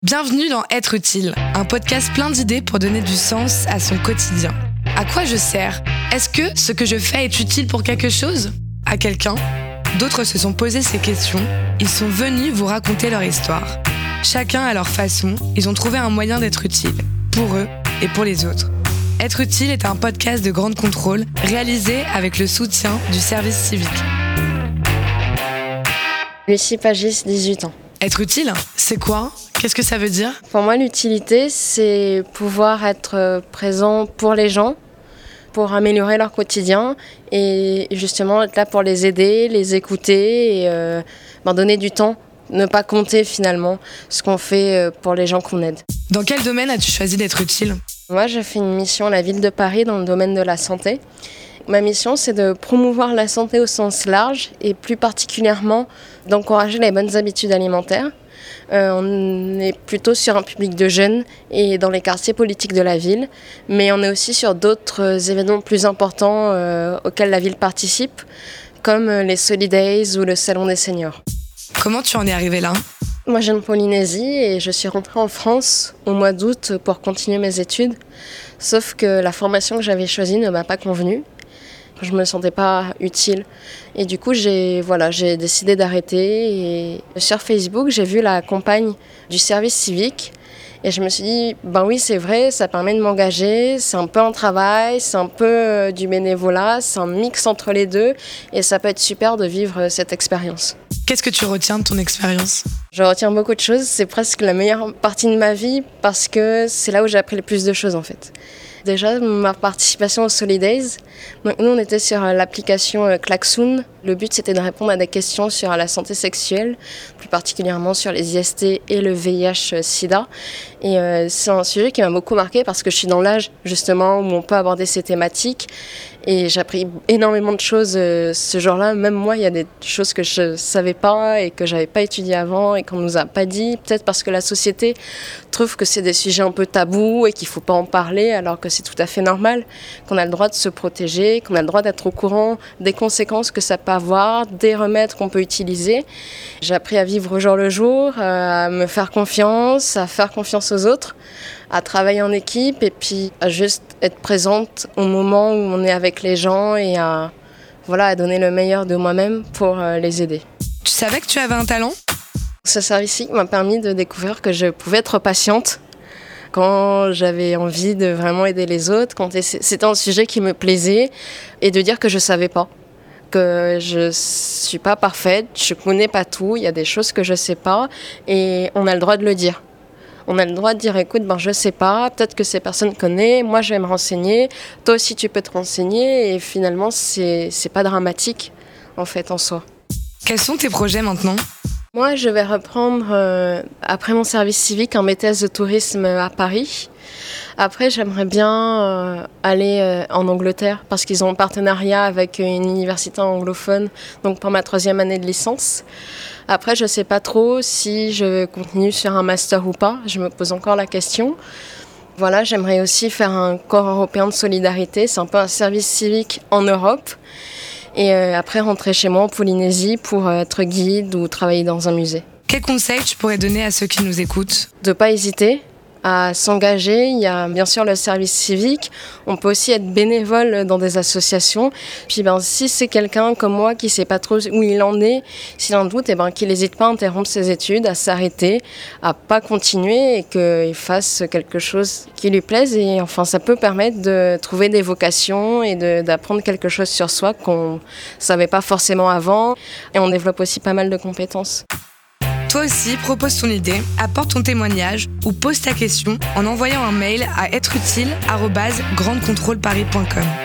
Bienvenue dans Être utile, un podcast plein d'idées pour donner du sens à son quotidien. À quoi je sers ? Est-ce que ce que je fais est utile pour quelque chose ? À quelqu'un ? D'autres se sont posés ces questions. Ils sont venus vous raconter leur histoire. Chacun à leur façon, ils ont trouvé un moyen d'être utile, pour eux et pour les autres. Être utile est un podcast de Grande Contrôle réalisé avec le soutien du service civique. Lucie Pagis, 18 ans. Être utile, c'est quoi ? Qu'est-ce que ça veut dire ? Pour moi, l'utilité, c'est pouvoir être présent pour les gens, pour améliorer leur quotidien et justement être là pour les aider, les écouter et donner du temps, ne pas compter finalement ce qu'on fait pour les gens qu'on aide. Dans quel domaine as-tu choisi d'être utile ? Moi, j'ai fait une mission à la ville de Paris dans le domaine de la santé. Ma mission, c'est de promouvoir la santé au sens large et plus particulièrement d'encourager les bonnes habitudes alimentaires. On est plutôt sur un public de jeunes et dans les quartiers politiques de la ville, mais on est aussi sur d'autres événements plus importants auxquels la ville participe, comme les Solidays ou le Salon des seniors. Comment tu en es arrivée là ? Moi, je viens de Polynésie et je suis rentrée en France au mois d'août pour continuer mes études, sauf que la formation que j'avais choisie ne m'a pas convenu. Je me sentais pas utile et du coup j'ai décidé d'arrêter et sur Facebook j'ai vu la campagne du service civique et je me suis dit oui c'est vrai, ça permet de m'engager, c'est un peu un travail, c'est un peu du bénévolat, c'est un mix entre les deux et ça peut être super de vivre cette expérience. Qu'est-ce que tu retiens de ton expérience ? Je retiens beaucoup de choses, c'est presque la meilleure partie de ma vie parce que c'est là où j'ai appris le plus de choses en fait. Déjà, ma participation aux Solidays. Donc, nous, on était sur l'application Klaxoon. Le but, c'était de répondre à des questions sur la santé sexuelle, plus particulièrement sur les IST et le VIH-Sida. Et c'est un sujet qui m'a beaucoup marqué parce que je suis dans l'âge, justement, où on peut aborder ces thématiques. Et j'ai appris énormément de choses ce jour-là. Même moi, il y a des choses que je ne savais pas et que je n'avais pas étudiées avant et qu'on ne nous a pas dit. Peut-être parce que la société trouve que c'est des sujets un peu tabous et qu'il ne faut pas en parler, alors que c'est tout à fait normal, qu'on a le droit de se protéger, qu'on a le droit d'être au courant des conséquences que ça peut avoir, des remèdes qu'on peut utiliser. J'ai appris à vivre au jour le jour, à me faire confiance, à faire confiance aux autres, à travailler en équipe et puis à juste être présente au moment où on est avec les gens et à donner le meilleur de moi-même pour les aider. Tu savais que tu avais un talent ? Ce service-ci m'a permis de découvrir que je pouvais être patiente quand j'avais envie de vraiment aider les autres, quand c'était un sujet qui me plaisait et de dire que je ne savais pas, que je ne suis pas parfaite, je ne connais pas tout, il y a des choses que je ne sais pas et on a le droit de le dire. On a le droit de dire, écoute, je ne sais pas, peut-être que ces personnes connaissent, moi je vais me renseigner, toi aussi tu peux te renseigner et finalement c'est pas dramatique en fait en soi. Quels sont tes projets maintenant ? Moi, je vais reprendre, après mon service civique, un BTS de tourisme à Paris. Après, j'aimerais bien aller en Angleterre parce qu'ils ont un partenariat avec une université anglophone, donc pour ma 3e année de licence. Après, je ne sais pas trop si je continue sur un master ou pas. Je me pose encore la question. Voilà, j'aimerais aussi faire un corps européen de solidarité. C'est un peu un service civique en Europe. Et après rentrer chez moi en Polynésie pour être guide ou travailler dans un musée. Quels conseils tu pourrais donner à ceux qui nous écoutent ? De ne pas hésiter à s'engager. Il y a bien sûr le service civique. On peut aussi être bénévole dans des associations. Puis si c'est quelqu'un comme moi qui ne sait pas trop où il en est, s'il en doute, qu'il n'hésite pas à interrompre ses études, à s'arrêter, à ne pas continuer et qu'il fasse quelque chose qui lui plaise. Et enfin, ça peut permettre de trouver des vocations et d'apprendre quelque chose sur soi qu'on ne savait pas forcément avant. Et on développe aussi pas mal de compétences. Toi aussi, propose ton idée, apporte ton témoignage ou pose ta question en envoyant un mail à êtreutile@grandecontrôleparis.com.